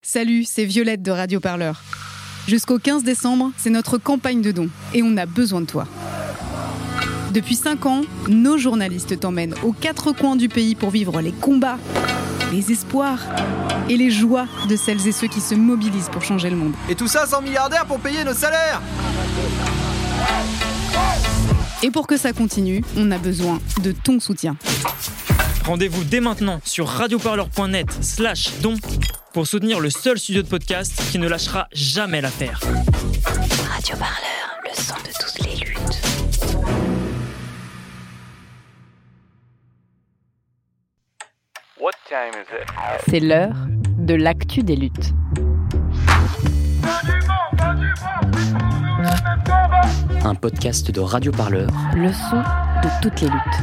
Salut, c'est Violette de Radio Parleur. Jusqu'au 15 décembre, c'est notre campagne de dons et on a besoin de toi. Depuis 5 ans, nos journalistes t'emmènent aux 4 coins du pays pour vivre les combats, les espoirs et les joies de celles et ceux qui se mobilisent pour changer le monde. Et tout ça sans milliardaires pour payer nos salaires. Et pour que ça continue, on a besoin de ton soutien. Rendez-vous dès maintenant sur radioparleur.net/dons pour soutenir le seul studio de podcast qui ne lâchera jamais l'affaire. Radio Parleur, le son de toutes les luttes. What time is it? C'est l'heure de l'actu des luttes. Un podcast de Radio Parleur. Le son de toutes les luttes.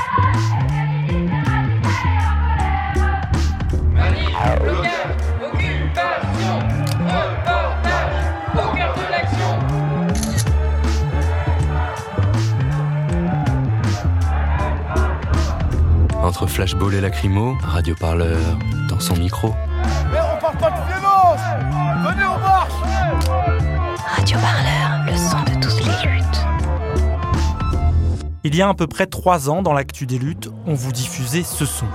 Entre flashball et lacrymo, Radio Parleur dans son micro. Mais on parle pas de violence. Venez, on marche. Radio Parleur, le son de toutes les luttes. Il y a à peu près 3 ans, dans l'actu des luttes, on vous diffusait ce son.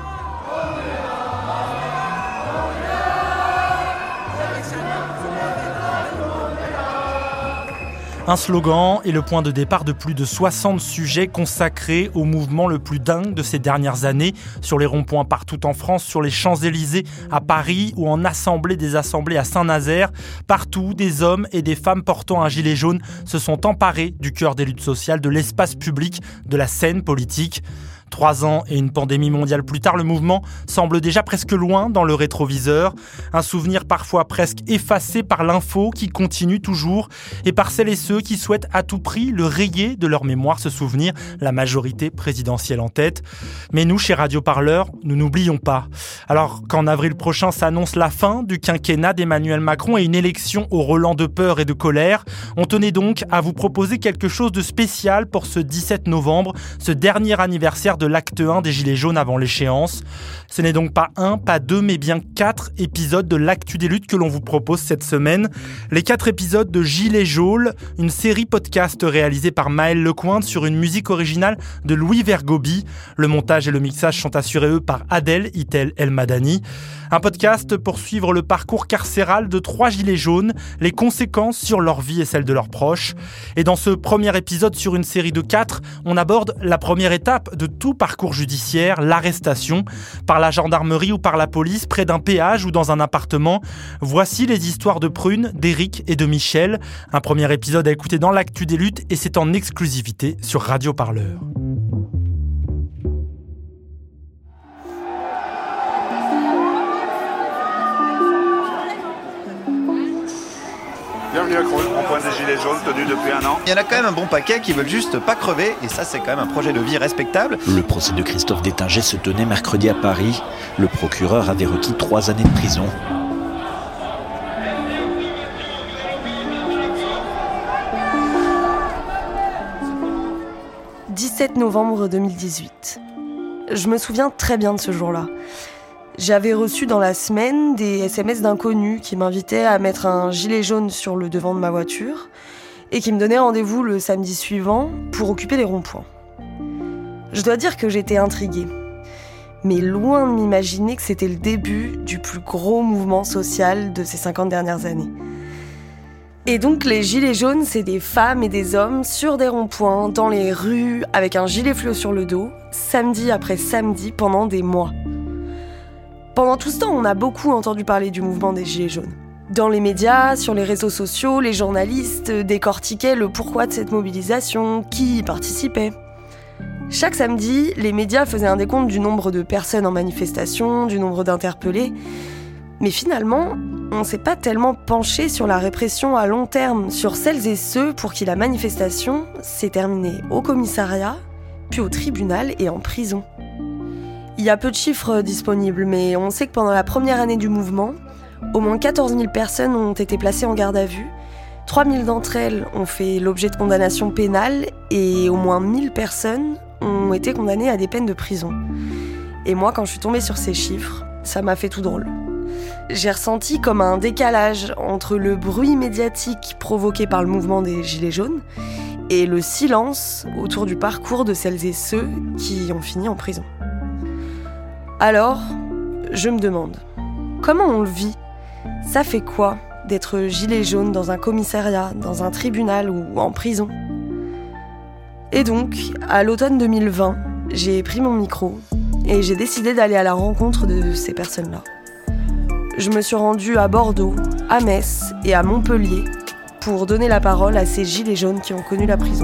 Un slogan et le point de départ de plus de 60 sujets consacrés au mouvement le plus dingue de ces dernières années, sur les ronds-points partout en France, sur les Champs-Élysées à Paris ou en assemblée des assemblées à Saint-Nazaire. Partout, des hommes et des femmes portant un gilet jaune se sont emparés du cœur des luttes sociales, de l'espace public, de la scène politique. 3 ans et une pandémie mondiale plus tard, le mouvement semble déjà presque loin dans le rétroviseur. Un souvenir parfois presque effacé par l'info qui continue toujours et par celles et ceux qui souhaitent à tout prix le rayer de leur mémoire, ce souvenir, la majorité présidentielle en tête. Mais nous, chez Radio Parleur, nous n'oublions pas. Alors qu'en avril prochain s'annonce la fin du quinquennat d'Emmanuel Macron et une élection au relent de peur et de colère, on tenait donc à vous proposer quelque chose de spécial pour ce 17 novembre, ce dernier anniversaire de l'acte 1 des Gilets jaunes avant l'échéance. Ce n'est donc pas 1, pas 2, mais bien 4 épisodes de l'actu des luttes que l'on vous propose cette semaine. Les 4 épisodes de Gilets jaunes, une série podcast réalisée par Maël Lecointe sur une musique originale de Louis Vergobi. Le montage et le mixage sont assurés, eux, par Adel Itel El Madani. Un podcast pour suivre le parcours carcéral de 3 gilets jaunes, les conséquences sur leur vie et celles de leurs proches. Et dans ce premier épisode sur une série de 4, on aborde la première étape de tout parcours judiciaire, l'arrestation, par la gendarmerie ou par la police, près d'un péage ou dans un appartement. Voici les histoires de Prune, d'Éric et de Michel. Un premier épisode à écouter dans l'actu des luttes et c'est en exclusivité sur Radio Parleur. Bienvenue à Creux, rond-point des Gilets jaunes tenu depuis 1 an. Il y en a quand même un bon paquet qui veulent juste pas crever et ça c'est quand même un projet de vie respectable. Le procès de Christophe Détinger se tenait mercredi à Paris. Le procureur avait requis 3 années de prison. « 17 novembre 2018. Je me souviens très bien de ce jour-là. J'avais reçu dans la semaine des SMS d'inconnus qui m'invitaient à mettre un gilet jaune sur le devant de ma voiture et qui me donnaient rendez-vous le samedi suivant pour occuper les ronds-points. Je dois dire que j'étais intriguée, mais loin de m'imaginer que c'était le début du plus gros mouvement social de ces 50 dernières années. Et donc les gilets jaunes, c'est des femmes et des hommes sur des ronds-points, dans les rues, avec un gilet fluo sur le dos, samedi après samedi pendant des mois. Pendant tout ce temps, on a beaucoup entendu parler du mouvement des Gilets jaunes. Dans les médias, sur les réseaux sociaux, les journalistes décortiquaient le pourquoi de cette mobilisation, qui y participait. Chaque samedi, les médias faisaient un décompte du nombre de personnes en manifestation, du nombre d'interpellés. Mais finalement, on ne s'est pas tellement penché sur la répression à long terme, sur celles et ceux pour qui la manifestation s'est terminée au commissariat, puis au tribunal et en prison. Il y a peu de chiffres disponibles, mais on sait que pendant la première année du mouvement, au moins 14 000 personnes ont été placées en garde à vue, 3 000 d'entre elles ont fait l'objet de condamnations pénales et au moins 1 000 personnes ont été condamnées à des peines de prison. Et moi, quand je suis tombée sur ces chiffres, ça m'a fait tout drôle. j'ai ressenti comme un décalage entre le bruit médiatique provoqué par le mouvement des Gilets jaunes et le silence autour du parcours de celles et ceux qui ont fini en prison. Alors, je me demande, comment on le vit ? Ça fait quoi d'être gilet jaune dans un commissariat, dans un tribunal ou en prison ? Et donc, à l'automne 2020, j'ai pris mon micro et j'ai décidé d'aller à la rencontre de ces personnes-là. Je me suis rendue à Bordeaux, à Metz et à Montpellier pour donner la parole à ces gilets jaunes qui ont connu la prison.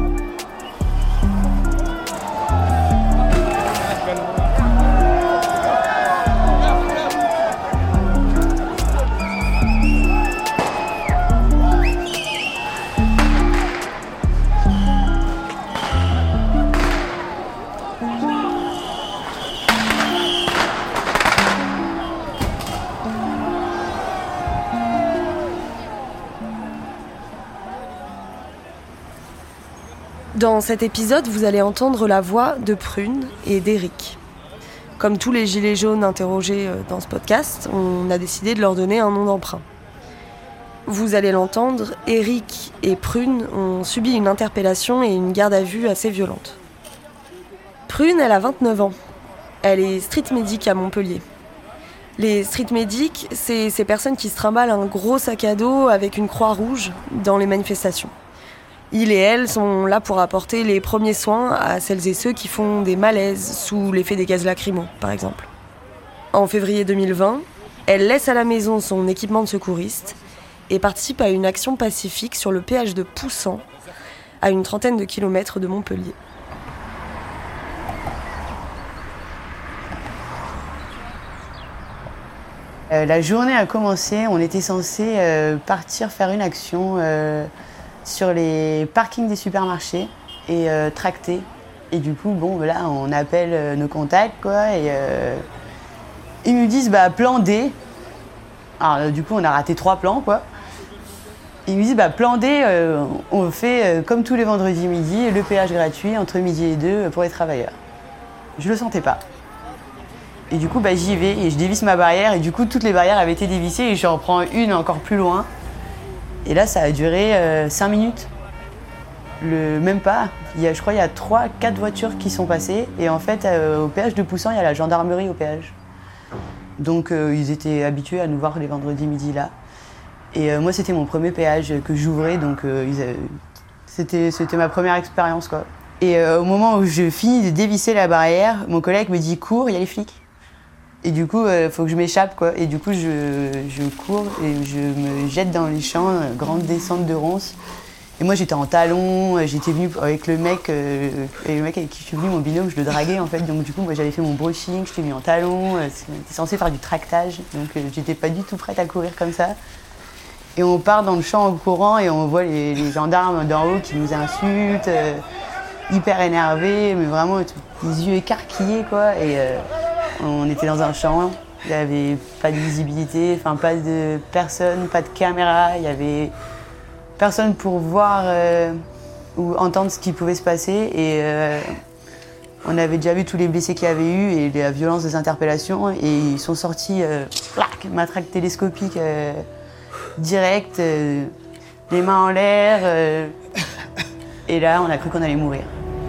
Dans cet épisode, vous allez entendre la voix de Prune et d'Éric. Comme tous les gilets jaunes interrogés dans ce podcast, on a décidé de leur donner un nom d'emprunt. Vous allez l'entendre, Éric et Prune ont subi une interpellation et une garde à vue assez violente. Prune, elle a 29 ans. Elle est street medic à Montpellier. Les street medics, c'est ces personnes qui se trimballent un gros sac à dos avec une croix rouge dans les manifestations. Ils et elles sont là pour apporter les premiers soins à celles et ceux qui font des malaises sous l'effet des gaz lacrymaux, par exemple. En février 2020, elle laisse à la maison son équipement de secouriste et participe à une action pacifique sur le péage de Poussan, à une trentaine de kilomètres de Montpellier. La journée a commencé, on était censé partir faire une action sur les parkings des supermarchés et tracter. Et du coup, bon, là, on appelle nos contacts, quoi, et ils nous disent, plan D. Alors, du coup, on a raté 3 plans, quoi. Ils nous disent, plan D, on fait, comme tous les vendredis midi, le péage gratuit entre midi et 2 pour les travailleurs. Je le sentais pas. Et du coup, j'y vais et je dévisse ma barrière, et du coup, toutes les barrières avaient été dévissées et je reprends une encore plus loin. Et là, ça a duré 5 minutes. Même pas. Je crois qu'il y a 3-4 voitures qui sont passées. Et en fait, au péage de Poussan, il y a la gendarmerie au péage. Donc, ils étaient habitués à nous voir les vendredis midi là. Et moi, c'était mon premier péage que j'ouvrais. Donc, c'était ma première expérience, quoi. Et au moment où je finis de dévisser la barrière, mon collègue me dit « Cours, il y a les flics ». Et du coup, faut que je m'échappe, quoi. Et du coup, je cours et je me jette dans les champs, grande descente de ronces. Et moi, j'étais en talons, j'étais venue avec le mec avec qui je suis venue, mon binôme, je le draguais, en fait. Donc du coup, moi, j'avais fait mon brushing, j'étais venue en talons, j'étais censée faire du tractage. Donc j'étais pas du tout prête à courir comme ça. Et on part dans le champ en courant et on voit les gendarmes d'en haut qui nous insultent, hyper énervés, mais vraiment les yeux écarquillés, quoi. Et on était dans un champ, il n'y avait pas de visibilité, pas de personne, pas de caméra, il y avait personne pour voir ou entendre ce qui pouvait se passer. Et on avait déjà vu tous les blessés qu'il y avait eu et la violence des interpellations. Et ils sont sortis, matraque télescopique direct, les mains en l'air. Et là, on a cru qu'on allait mourir.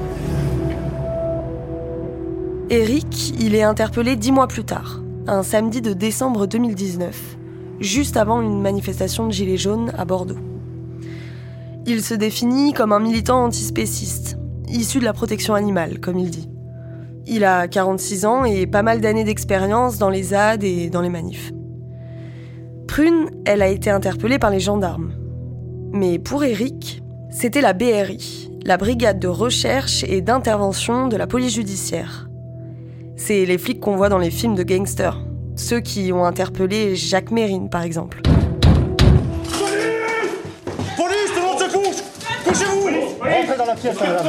Éric, il est interpellé 10 mois plus tard, un samedi de décembre 2019, juste avant une manifestation de Gilets jaunes à Bordeaux. Il se définit comme un militant antispéciste, issu de la protection animale, comme il dit. Il a 46 ans et pas mal d'années d'expérience dans les ZAD et dans les manifs. Prune, elle a été interpellée par les gendarmes. Mais pour Éric, c'était la BRI, la brigade de recherche et d'intervention de la police judiciaire. C'est les flics qu'on voit dans les films de gangsters. Ceux qui ont interpellé Jacques Mérine, par exemple. Police, tout le monde se couche. Couchez-vous. Rentrez dans la pièce, madame.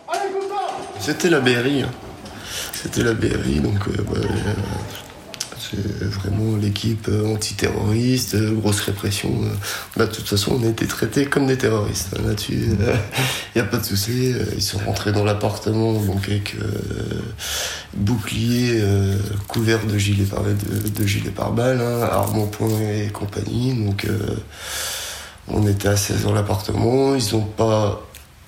C'était la BRI. C'était la BRI, donc c'est vraiment l'équipe antiterroriste, grosse répression. De toute façon, on a été traités comme des terroristes. Là-dessus, il n'y a pas de souci. Ils sont rentrés dans l'appartement donc avec bouclier couvert de gilets pare-balles, armes au poing et compagnie. Donc, on était à 16 dans l'appartement. Ils n'ont pas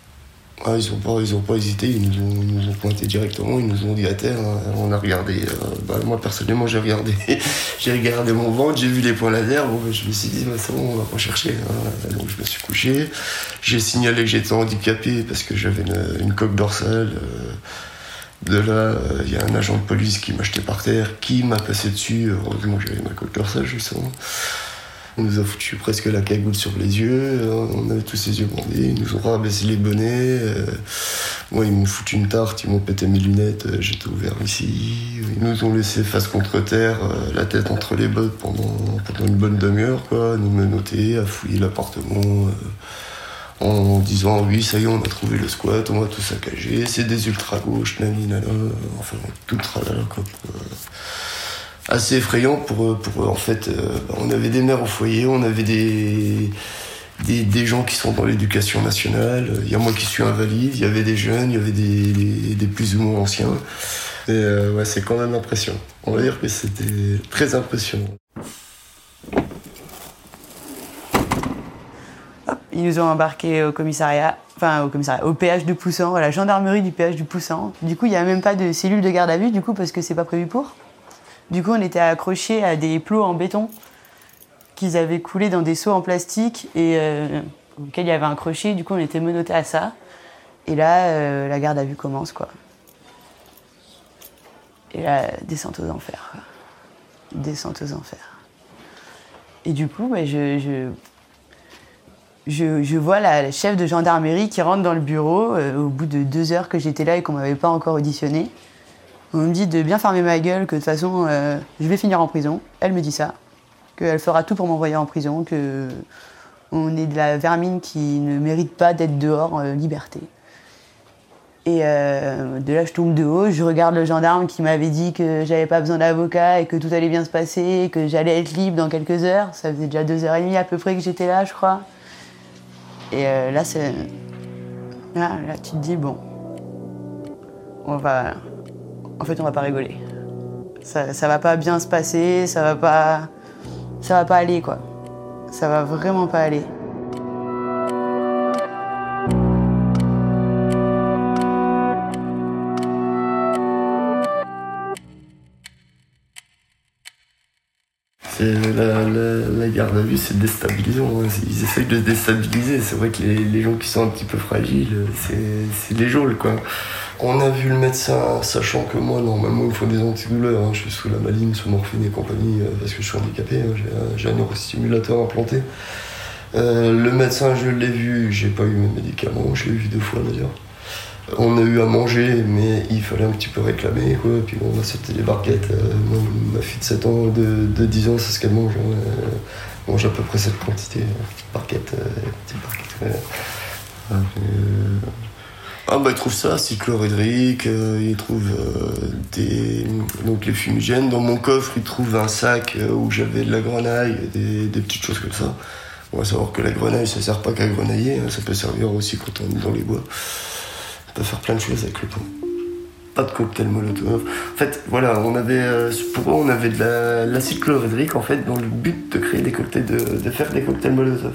hésité, ils nous ont pointé directement, ils nous ont dit à terre. On a regardé, moi personnellement j'ai regardé mon ventre, j'ai vu les points laser, je me suis dit c'est bon, on va pas chercher. Donc je me suis couché, j'ai signalé que j'étais handicapé parce que j'avais une coque dorsale. De là, il y a un agent de police qui m'a jeté par terre, qui m'a passé dessus, heureusement j'avais ma coque dorsale justement. On nous a foutu presque la cagoule sur les yeux, on avait tous les yeux bandés, ils nous ont rabaissé les bonnets. Moi, ils m'ont foutu une tarte, ils m'ont pété mes lunettes, j'étais ouvert ici. Ils nous ont laissé face contre terre, la tête entre les bottes pendant une bonne demi-heure, quoi, nous menotter, à fouiller l'appartement. En disant oui, ça y est, on a trouvé le squat, on va tout saccager, c'est des ultra-gauches, enfin tout le tralala, quoi. Assez effrayant pour en fait, on avait des mères au foyer, on avait des gens qui sont dans l'éducation nationale, il y a moi qui suis invalide, il y avait des jeunes, il y avait des plus ou moins anciens. Et ouais, c'est quand même impressionnant. On va dire que c'était très impressionnant. Ils nous ont embarqués au péage de Poussan, à la gendarmerie du péage de Poussan. Du coup, il n'y a même pas de cellule de garde à vue, du coup, parce que c'est pas prévu pour. Du coup, on était accrochés à des plots en béton qu'ils avaient coulés dans des seaux en plastique et auxquels il y avait un crochet. Du coup, on était menottés à ça. Et là, la garde à vue commence, quoi. Et là, descente aux enfers, quoi. Descente aux enfers. Et du coup, je vois la chef de gendarmerie qui rentre dans le bureau au bout de 2 heures que j'étais là et qu'on m'avait pas encore auditionné. On me dit de bien fermer ma gueule, que de toute façon, je vais finir en prison. Elle me dit ça, qu'elle fera tout pour m'envoyer en prison, qu'on est de la vermine qui ne mérite pas d'être dehors, liberté. Et de là, je tombe de haut, je regarde le gendarme qui m'avait dit que j'avais pas besoin d'avocat et que tout allait bien se passer, que j'allais être libre dans quelques heures. Ça faisait déjà 2h30 à peu près que j'étais là, je crois. Et là, tu te dis, bon, on va pas rigoler. Ça va pas bien se passer, ça va pas aller, quoi. Ça va vraiment pas aller. La garde à vue, c'est déstabilisant. Ils essayent de déstabiliser. C'est vrai que les gens qui sont un petit peu fragiles, c'est les geôles, quoi. On a vu le médecin, sachant que moi, normalement, il me faut des antidouleurs. Je suis sous la maline, sous morphine et compagnie, parce que je suis handicapé. J'ai un neurostimulateur implanté. Le médecin, je l'ai vu, j'ai pas eu mes médicaments. Je l'ai vu 2 fois, d'ailleurs. On a eu à manger, mais il fallait un petit peu réclamer, quoi. Puis bon, c'était des barquettes. Ma fille de 7 ans, de 10 ans, c'est ce qu'elle mange. Elle mange à peu près cette quantité. Barquettes, petites barquettes. Ils trouvent ça, cyclohydrique, ils trouvent donc les fumigènes. Dans mon coffre, ils trouvent un sac où j'avais de la grenaille, des petites choses comme ça. On va savoir que la grenaille, ça sert pas qu'à grenailler, ça peut servir aussi quand on est dans les bois. On peut faire plein de choses avec le pot. Pas de cocktail molotov. En fait, voilà, on avait de l'acide chlorhydrique, en fait, dans le but de créer des cocktails, de faire des cocktails molotov.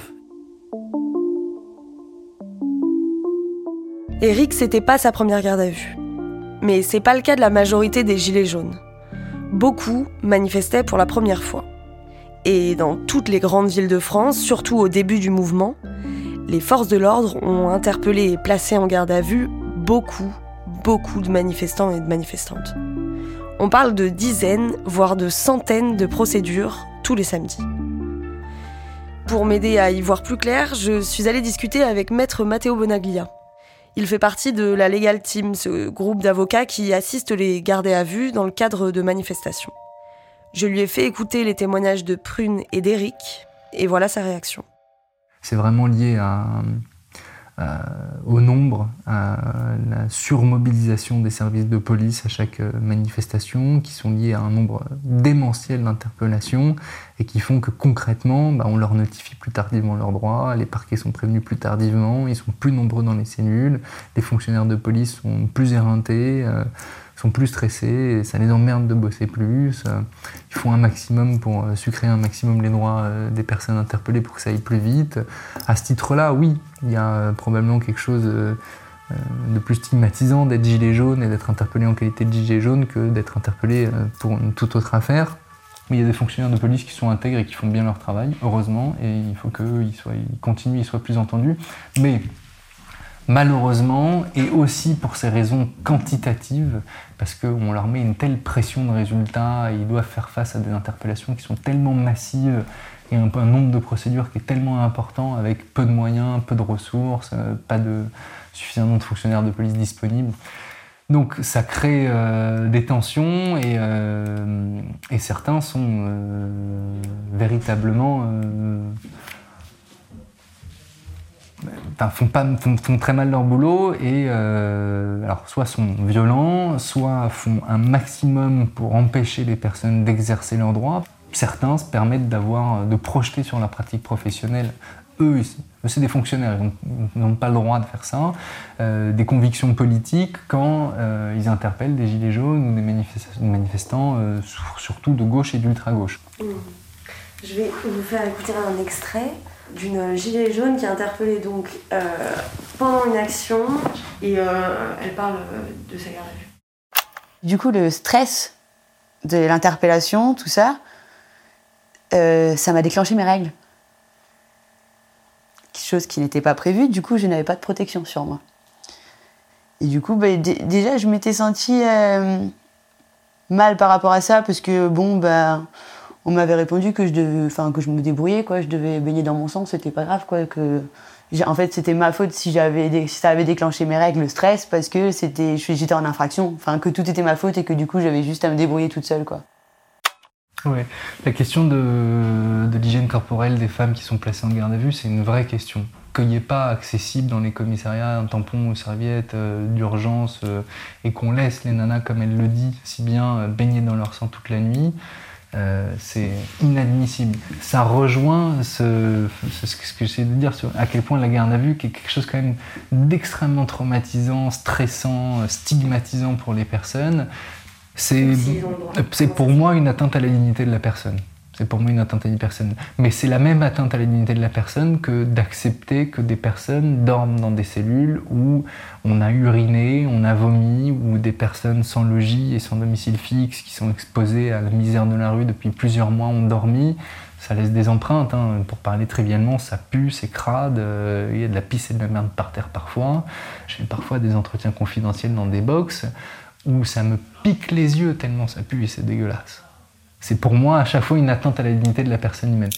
Eric, c'était pas sa première garde à vue. Mais c'est pas le cas de la majorité des gilets jaunes. Beaucoup manifestaient pour la première fois. Et dans toutes les grandes villes de France, surtout au début du mouvement, les forces de l'ordre ont interpellé et placé en garde à vue beaucoup de manifestants et de manifestantes. On parle de dizaines, voire de centaines de procédures tous les samedis. Pour m'aider à y voir plus clair, je suis allée discuter avec Maître Matteo Bonaglia. Il fait partie de la Legal Team, ce groupe d'avocats qui assiste les gardés à vue dans le cadre de manifestations. Je lui ai fait écouter les témoignages de Prune et d'Eric, et voilà sa réaction. C'est vraiment lié au nombre, à la surmobilisation des services de police à chaque manifestation, qui sont liés à un nombre démentiel d'interpellations et qui font que concrètement, on leur notifie plus tardivement leurs droits, les parquets sont prévenus plus tardivement, ils sont plus nombreux dans les cellules, les fonctionnaires de police sont plus éreintés, sont plus stressés, et ça les emmerde de bosser plus. Ils font un maximum pour sucrer un maximum les droits des personnes interpellées pour que ça aille plus vite. À ce titre-là, oui, il y a probablement quelque chose de plus stigmatisant d'être gilet jaune et d'être interpellé en qualité de gilet jaune que d'être interpellé pour une toute autre affaire. Mais il y a des fonctionnaires de police qui sont intègres et qui font bien leur travail, heureusement, et il faut qu'ils continuent, ils soient plus entendus. Mais malheureusement, et aussi pour ces raisons quantitatives, parce qu'on leur met une telle pression de résultats, et ils doivent faire face à des interpellations qui sont tellement massives, et un nombre de procédures qui est tellement important, avec peu de moyens, peu de ressources, pas de suffisamment de fonctionnaires de police disponibles. Donc ça crée des tensions, et certains sont véritablement... font très mal leur boulot et alors soit sont violents, soit font un maximum pour empêcher les personnes d'exercer leurs droits. Certains se permettent de projeter sur la pratique professionnelle, eux c'est des fonctionnaires, ils n'ont pas le droit de faire ça, des convictions politiques quand ils interpellent des gilets jaunes ou des manifestants, surtout de gauche et d'ultra-gauche. Je vais vous faire écouter un extrait d'une gilet jaune qui a interpellé donc pendant une action et elle parle de sa garde à vue. Du coup, le stress de l'interpellation, tout ça, ça m'a déclenché mes règles. Quelque chose qui n'était pas prévu, du coup, je n'avais pas de protection sur moi. Et du coup, déjà, je m'étais sentie mal par rapport à ça parce que, on m'avait répondu que que je me débrouillais, quoi. Je devais baigner dans mon sang, c'était pas grave, quoi. En fait, c'était ma faute si ça avait déclenché mes règles, le stress, parce que j'étais en infraction. Que tout était ma faute et que du coup, j'avais juste à me débrouiller toute seule, quoi. Ouais. La question de l'hygiène corporelle des femmes qui sont placées en garde à vue, c'est une vraie question. Qu'il n'y ait pas accessible dans les commissariats un tampon ou serviette d'urgence et qu'on laisse les nanas, comme elle le dit si bien, baigner dans leur sang toute la nuit. C'est inadmissible. Ça rejoint ce que j'essaie de dire sur à quel point la garde à vue est quelque chose quand même d'extrêmement traumatisant, stressant, stigmatisant pour les personnes. C'est pour moi une atteinte à la dignité de la personne. C'est pour moi une atteinte à la personne. Mais c'est la même atteinte à la dignité de la personne que d'accepter que des personnes dorment dans des cellules où on a uriné, on a vomi, ou des personnes sans logis et sans domicile fixe qui sont exposées à la misère de la rue depuis plusieurs mois ont dormi. Ça laisse des empreintes, hein. Pour parler trivialement, ça pue, c'est crade, il y a de la pisse et de la merde par terre parfois. J'ai parfois des entretiens confidentiels dans des box où ça me pique les yeux tellement ça pue et c'est dégueulasse. C'est pour moi à chaque fois une atteinte à la dignité de la personne humaine.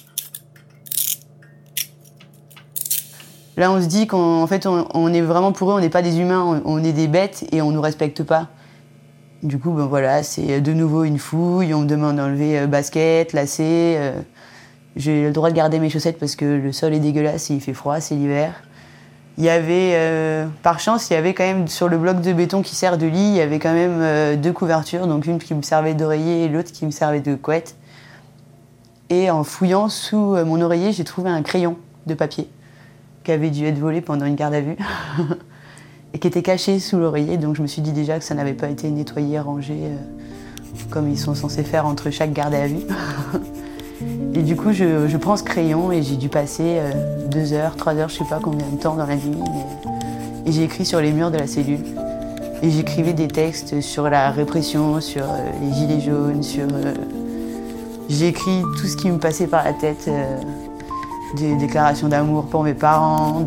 Là, on se dit qu'en fait, on est vraiment pour eux, on n'est pas des humains, on est des bêtes et on ne nous respecte pas. Du coup, c'est de nouveau une fouille, on me demande d'enlever baskets, lacets. J'ai le droit de garder mes chaussettes parce que le sol est dégueulasse et il fait froid, c'est l'hiver. Il y avait, par chance, il y avait quand même sur le bloc de béton qui sert de lit, il y avait quand même 2 couvertures, donc une qui me servait d'oreiller et l'autre qui me servait de couette. Et en fouillant sous mon oreiller, j'ai trouvé un crayon de papier qui avait dû être volé pendant une garde à vue et qui était caché sous l'oreiller, donc je me suis dit déjà que ça n'avait pas été nettoyé, rangé, comme ils sont censés faire entre chaque garde à vue. Et du coup, je prends ce crayon et j'ai dû passer 2 heures, 3 heures, je sais pas combien de temps dans la nuit. Et j'ai écrit sur les murs de la cellule. Et j'écrivais des textes sur la répression, sur les gilets jaunes, j'ai écrit tout ce qui me passait par la tête, des déclarations d'amour pour mes parents,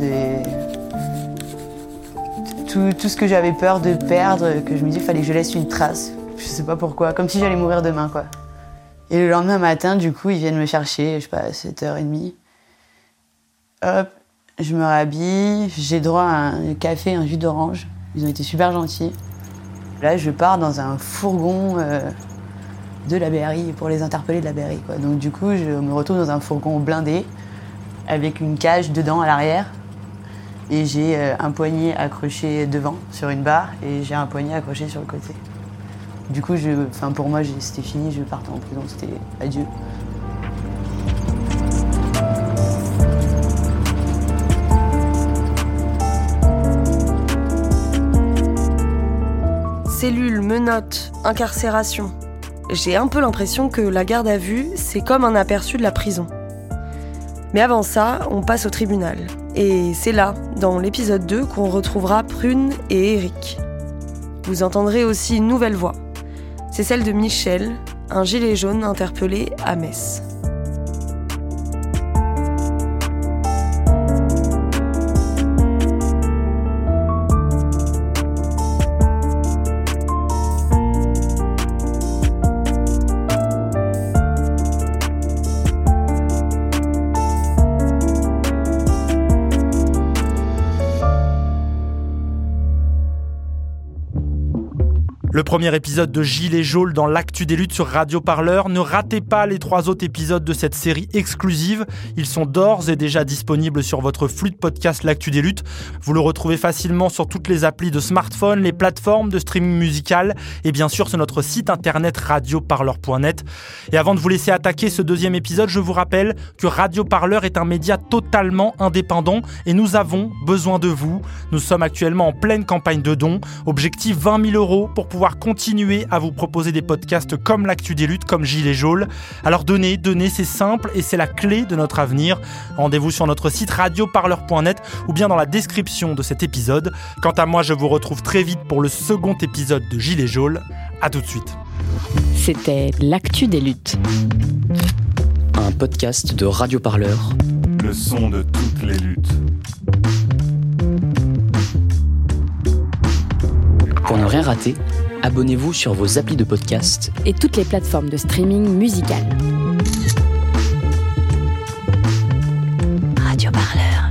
tout ce que j'avais peur de perdre, que je me disais qu'il fallait que je laisse une trace. Je sais pas pourquoi, comme si j'allais mourir demain, quoi. Et le lendemain matin, du coup, ils viennent me chercher, je sais pas, à 7h30. Hop, je me rhabille, j'ai droit à un café, un jus d'orange. Ils ont été super gentils. Là, je pars dans un fourgon de la BRI, pour les interpeller de la BRI, quoi. Donc du coup, je me retrouve dans un fourgon blindé, avec une cage dedans à l'arrière. Et j'ai un poignet accroché devant sur une barre et j'ai un poignet accroché sur le côté. Du coup, pour moi, c'était fini, je partais en prison, c'était adieu. Cellules, menottes, incarcération. J'ai un peu l'impression que la garde à vue, c'est comme un aperçu de la prison. Mais avant ça, on passe au tribunal. Et c'est là, dans l'épisode 2, qu'on retrouvera Prune et Eric. Vous entendrez aussi une nouvelle voix. C'est celle de Michel, un gilet jaune interpellé à Metz. Le premier épisode de Gilets jaunes dans l'actu des luttes sur Radio Parleur. Ne ratez pas les 3 autres épisodes de cette série exclusive. Ils sont d'ores et déjà disponibles sur votre flux de podcast L'actu des luttes. Vous le retrouvez facilement sur toutes les applis de smartphone, les plateformes de streaming musical et bien sûr sur notre site internet radioparleur.net. Et avant de vous laisser attaquer ce deuxième épisode, je vous rappelle que Radio Parleur est un média totalement indépendant et nous avons besoin de vous. Nous sommes actuellement en pleine campagne de dons. Objectif 20 000 € pour pouvoir continuer à vous proposer des podcasts comme l'actu des luttes, comme Gilets jaunes. Alors donnez, c'est simple et c'est la clé de notre avenir. Rendez-vous sur notre site radioparleur.net ou bien dans la description de cet épisode. Quant à moi, je vous retrouve très vite pour le second épisode de Gilets jaunes. À tout de suite. C'était l'actu des luttes. Un podcast de Radio Parleur. Le son de toutes les luttes. Pour ne rien rater, abonnez-vous sur vos applis de podcast et toutes les plateformes de streaming musical. Radio Parleur.